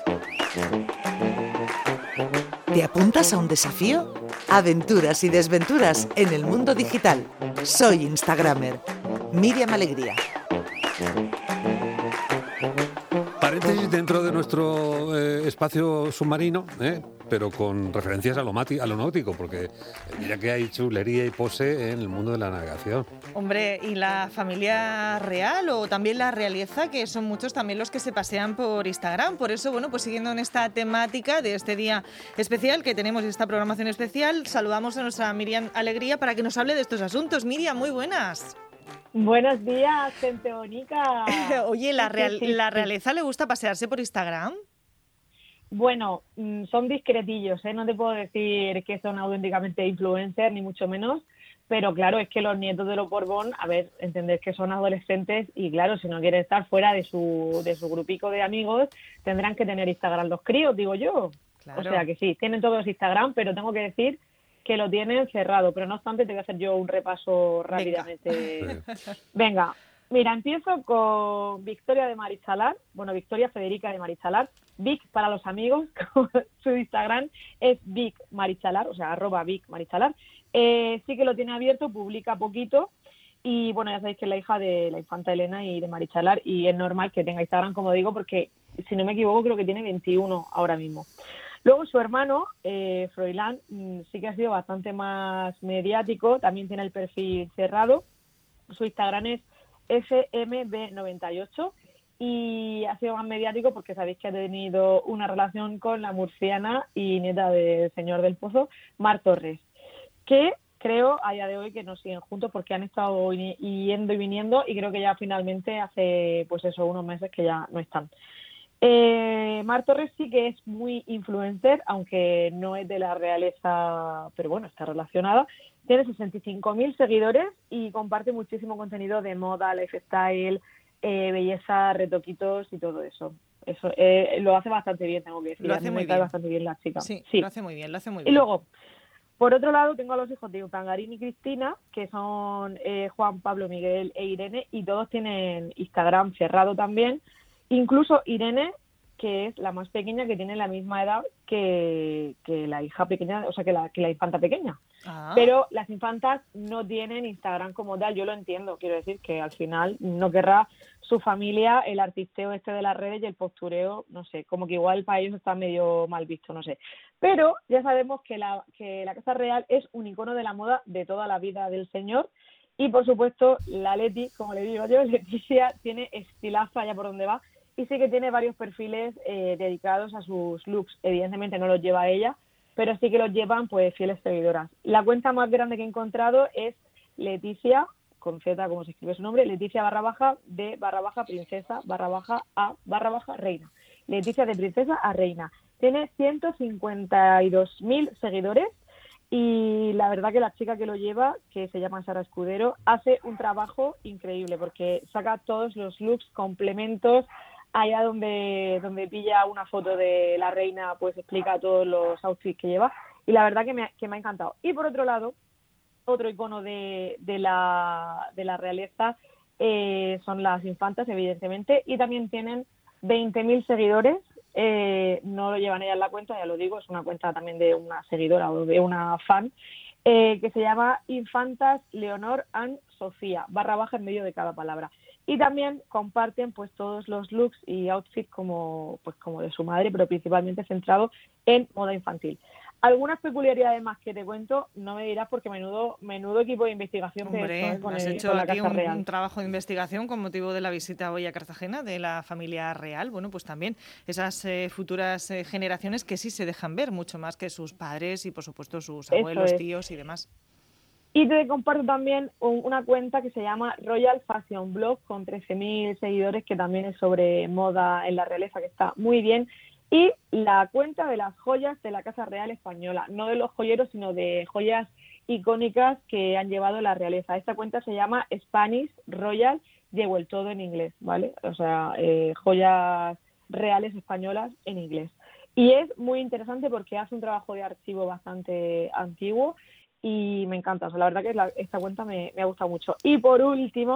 ¿Te apuntas a un desafío? Aventuras y desventuras en el mundo digital. Soy Instagramer. Miriam Alegría. Paréntesis dentro de nuestro espacio submarino, pero con referencias a lo náutico, porque mira que hay chulería y pose en el mundo de la navegación. Hombre, y la familia real o también la realeza, que son muchos también los que se pasean por Instagram. Por eso, bueno, pues siguiendo en esta temática de este día especial que tenemos, esta programación especial, saludamos a nuestra Miriam Alegría para que nos hable de estos asuntos. Miriam, muy buenas. Buenos días, gente bonita. Oye, ¿la realeza le gusta pasearse por Instagram? Bueno, son discretillos, ¿eh? No te puedo decir que son auténticamente influencers, ni mucho menos, pero claro, es que los nietos de los Borbón, a ver, entender que son adolescentes y claro, si no quieren estar fuera de su grupico de amigos, tendrán que tener Instagram los críos, digo yo. Claro. O sea que sí, tienen todos Instagram, pero tengo que decir que lo tienen cerrado, pero no obstante te voy a hacer yo un repaso rápidamente. Venga, mira, empiezo con Victoria de Marichalar, bueno, Victoria Federica de Marichalar, Vic para los amigos, su Instagram es Vic Marichalar, o sea, @VicMarichalar, sí que lo tiene abierto, publica poquito, y bueno, ya sabéis que es la hija de la infanta Elena y de Marichalar, y es normal que tenga Instagram, como digo, porque si no me equivoco creo que tiene 21 ahora mismo. Luego su hermano, Froilán, sí que ha sido bastante más mediático, también tiene el perfil cerrado, su Instagram es FMB98 y ha sido más mediático porque sabéis que ha tenido una relación con la murciana y nieta del señor del Pozo, Mar Torres, que creo a día de hoy que no siguen juntos porque han estado yendo y viniendo y creo que ya finalmente hace pues eso unos meses que ya no están. Mar Torres sí que es muy influencer, aunque no es de la realeza, pero bueno, está relacionada. Tiene 65.000 seguidores y comparte muchísimo contenido de moda, lifestyle, belleza, retoquitos y todo eso. Eso lo hace bastante bien, tengo que decir. Lo hace muy bien. Bastante bien la chica. Sí, lo hace muy bien, Y luego, por otro lado, tengo a los hijos de Utangarín y Cristina, que son Juan, Pablo, Miguel e Irene, y todos tienen Instagram cerrado también. Incluso Irene, que es la más pequeña, que tiene la misma edad que la hija pequeña, o sea, que la infanta pequeña. Ah. Pero las infantas no tienen Instagram como tal, yo lo entiendo, quiero decir que al final no querrá su familia el artisteo este de las redes y el postureo, no sé, como que igual para ellos está medio mal visto, no sé. Pero ya sabemos que la Casa Real es un icono de la moda de toda la vida del señor. Y por supuesto, la Leti, como le digo yo, Leticia, tiene estilazo allá por donde va y sí que tiene varios perfiles dedicados a sus looks. Evidentemente no los lleva ella, pero sí que los llevan pues fieles seguidoras. La cuenta más grande que he encontrado es Leticia, con Z como se escribe su nombre, Leticia _de_princesa _a_reina. Leticia de princesa a reina. Tiene 152.000 seguidores. Y la verdad que la chica que lo lleva, que se llama Sara Escudero, hace un trabajo increíble porque saca todos los looks, complementos, allá donde pilla una foto de la reina, pues explica todos los outfits que lleva y la verdad que me ha encantado. Y por otro lado, otro icono de la realeza son las infantas, evidentemente, y también tienen 20.000 seguidores. No lo llevan ellas en la cuenta, ya lo digo, es una cuenta también de una seguidora o de una fan, que se llama Infantas Leonor and Sofía, _ en medio de cada palabra. Y también comparten pues todos los looks y outfits como de su madre, pero principalmente centrado en moda infantil. Algunas peculiaridades más que te cuento, no me dirás porque menudo equipo de investigación. Hombre, has hecho aquí un trabajo de investigación con motivo de la visita hoy a Cartagena de la familia real. Bueno, pues también esas futuras generaciones que sí se dejan ver mucho más que sus padres y por supuesto sus abuelos, tíos y demás. Y te comparto también una cuenta que se llama Royal Fashion Blog con 13.000 seguidores, que también es sobre moda en la realeza, que está muy bien. Y la cuenta de las joyas de la Casa Real Española, no de los joyeros, sino de joyas icónicas que han llevado la realeza. Esta cuenta se llama Spanish Royal, llevo el todo en inglés, ¿vale? O sea, joyas reales españolas en inglés. Y es muy interesante porque hace un trabajo de archivo bastante antiguo y me encanta. O sea, la verdad que esta cuenta me ha gustado mucho. Y por último,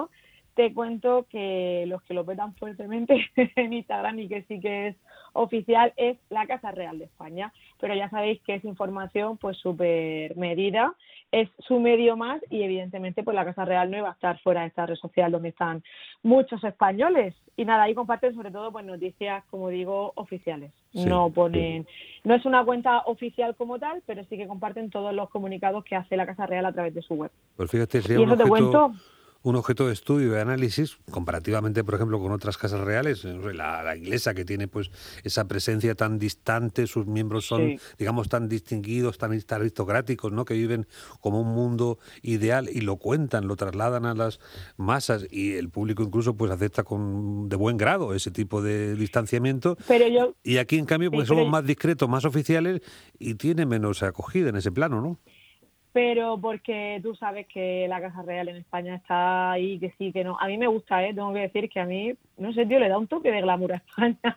te cuento que los que lo petan fuertemente en Instagram y que sí que es oficial es la Casa Real de España, pero ya sabéis que es información pues súper medida, es su medio más y evidentemente pues la Casa Real no iba a estar fuera de esta red social donde están muchos españoles y nada, ahí comparten sobre todo pues noticias, como digo, oficiales, Sí. no es una cuenta oficial como tal, pero sí que comparten todos los comunicados que hace la Casa Real a través de su web. Pues fíjate, sería Y eso te cuento. un objeto de estudio y de análisis, comparativamente, por ejemplo, con otras casas reales, la inglesa, que tiene pues esa presencia tan distante, sus miembros son, Sí. digamos, tan distinguidos, tan aristocráticos, ¿no? Que viven como un mundo ideal y lo cuentan, lo trasladan a las masas y el público incluso pues acepta de buen grado ese tipo de distanciamiento. Pero yo Y aquí, en cambio, pues Sí, pero somos más discretos, más oficiales y tiene menos acogida en ese plano, ¿no? Pero porque tú sabes que la Casa Real en España está ahí, que sí, que no. A mí me gusta, tengo que decir que a mí, no sé, tío, le da un toque de glamour a España.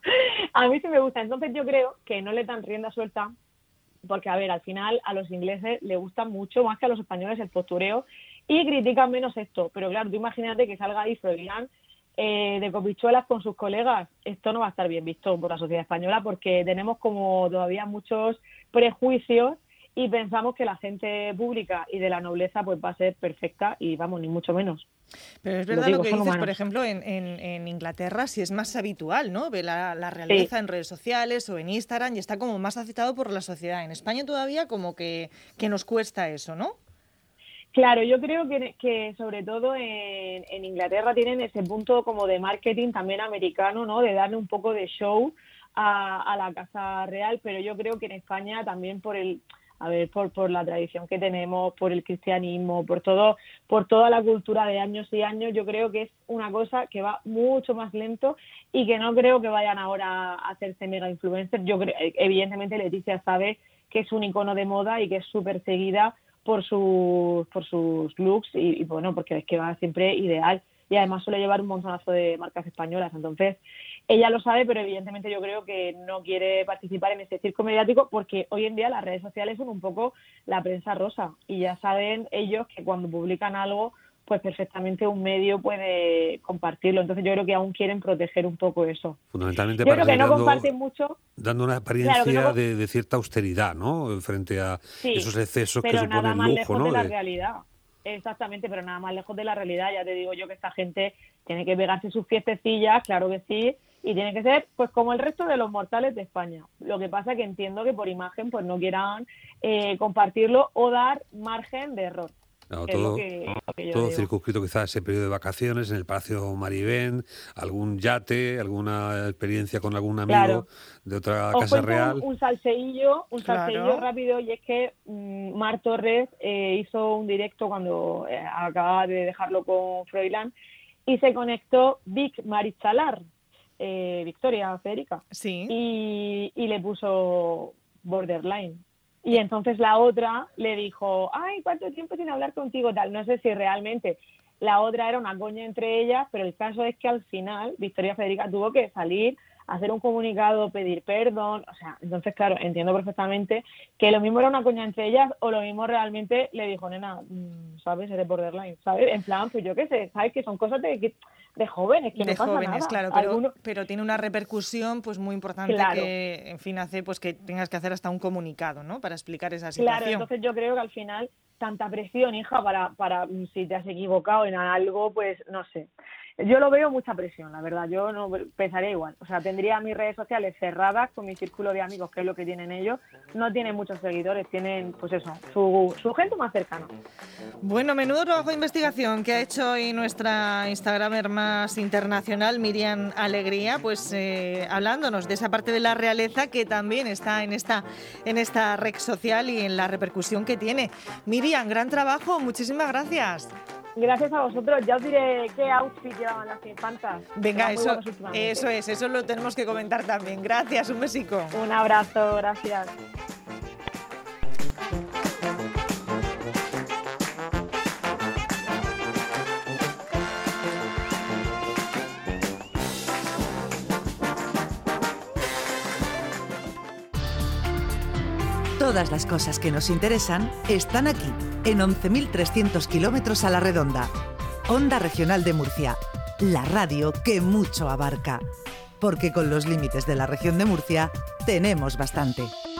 A mí sí me gusta. Entonces yo creo que no le dan rienda suelta, porque, a ver, al final a los ingleses les gusta mucho, más que a los españoles, el postureo y critican menos esto. Pero claro, tú imagínate que salga ahí Froilán de copichuelas con sus colegas. Esto no va a estar bien visto por la sociedad española porque tenemos como todavía muchos prejuicios y pensamos que la gente pública y de la nobleza pues va a ser perfecta y vamos, ni mucho menos. Pero es verdad lo que son dices, humanos. por ejemplo, en Inglaterra sí es más habitual, ¿no? Ve la realeza en redes sociales o en Instagram y está como más aceptado por la sociedad. En España todavía como que nos cuesta eso, ¿no? Claro, yo creo que sobre todo en Inglaterra tienen ese punto como de marketing también americano, ¿no? De darle un poco de show a la Casa Real, pero yo creo que en España también por la tradición que tenemos, por el cristianismo, por toda la cultura de años y años, yo creo que es una cosa que va mucho más lento y que no creo que vayan ahora a hacerse mega influencers. Yo creo, evidentemente Leticia sabe que es un icono de moda y que es súper seguida por sus looks y bueno, porque es que va siempre ideal y además suele llevar un montonazo de marcas españolas, entonces ella lo sabe, pero evidentemente yo creo que no quiere participar en ese circo mediático porque hoy en día las redes sociales son un poco la prensa rosa y ya saben ellos que cuando publican algo pues perfectamente un medio puede compartirlo, entonces yo creo que aún quieren proteger un poco eso. Fundamentalmente Yo para creo que no seguir comparten mucho. dando una apariencia Claro que de cierta austeridad, ¿no? Frente a Sí, esos excesos que pero supone nada el más lujo, lejos ¿no? de la realidad. Exactamente, pero nada más lejos de la realidad. Ya te digo yo que esta gente tiene que pegarse sus fiestecillas, claro que sí, y tiene que ser pues como el resto de los mortales de España. Lo que pasa es que entiendo que por imagen pues no quieran compartirlo o dar margen de error. No, Es lo que yo todo digo. circunscrito quizás a ese periodo de vacaciones en el Palacio Marivén, algún yate, alguna experiencia con algún amigo Claro. de otra Os casa cuento real. un salseillo Claro. rápido, y es que Mar Torres hizo un directo cuando acababa de dejarlo con Froilán y se conectó Vic Marichalar, Victoria Federica, Sí. y le puso Borderline. Y entonces la otra le dijo, ay, ¿cuánto tiempo sin hablar contigo? Tal. No sé si realmente la otra era una coña entre ellas, pero el caso es que al final Victoria Federica tuvo que salir, hacer un comunicado, pedir perdón. O sea, entonces, claro, entiendo perfectamente que lo mismo era una coña entre ellas o lo mismo realmente le dijo, nena, ¿sabes? Eres borderline, ¿sabes? En plan, pues yo qué sé, ¿sabes? Que son cosas de jóvenes, que De no pasa jóvenes, nada. claro, pero tiene una repercusión pues muy importante Claro. que, en fin, hace pues que tengas que hacer hasta un comunicado, ¿no? Para explicar esa Claro, situación. entonces yo creo que al final tanta presión, hija, para si te has equivocado en algo, pues no sé. Yo lo veo mucha presión, la verdad. Yo no pensaría igual. O sea, tendría mis redes sociales cerradas con mi círculo de amigos, que es lo que tienen ellos. No tienen muchos seguidores, tienen, pues eso, su gente más cercana. Bueno, menudo trabajo de investigación que ha hecho hoy nuestra Instagramer más internacional, Miriam Alegría, pues hablándonos de esa parte de la realeza que también está en esta red social y en la repercusión que tiene. Miriam, gran trabajo, muchísimas gracias. Gracias a vosotros. Ya os diré qué outfit llevaban las infantas. Venga, Llevan muy buenos últimamente. eso lo tenemos que comentar también. Gracias, un besico. Un abrazo, gracias. Todas las cosas que nos interesan están aquí, en 11.300 kilómetros a la redonda. Onda Regional de Murcia, la radio que mucho abarca. Porque con los límites de la región de Murcia tenemos bastante.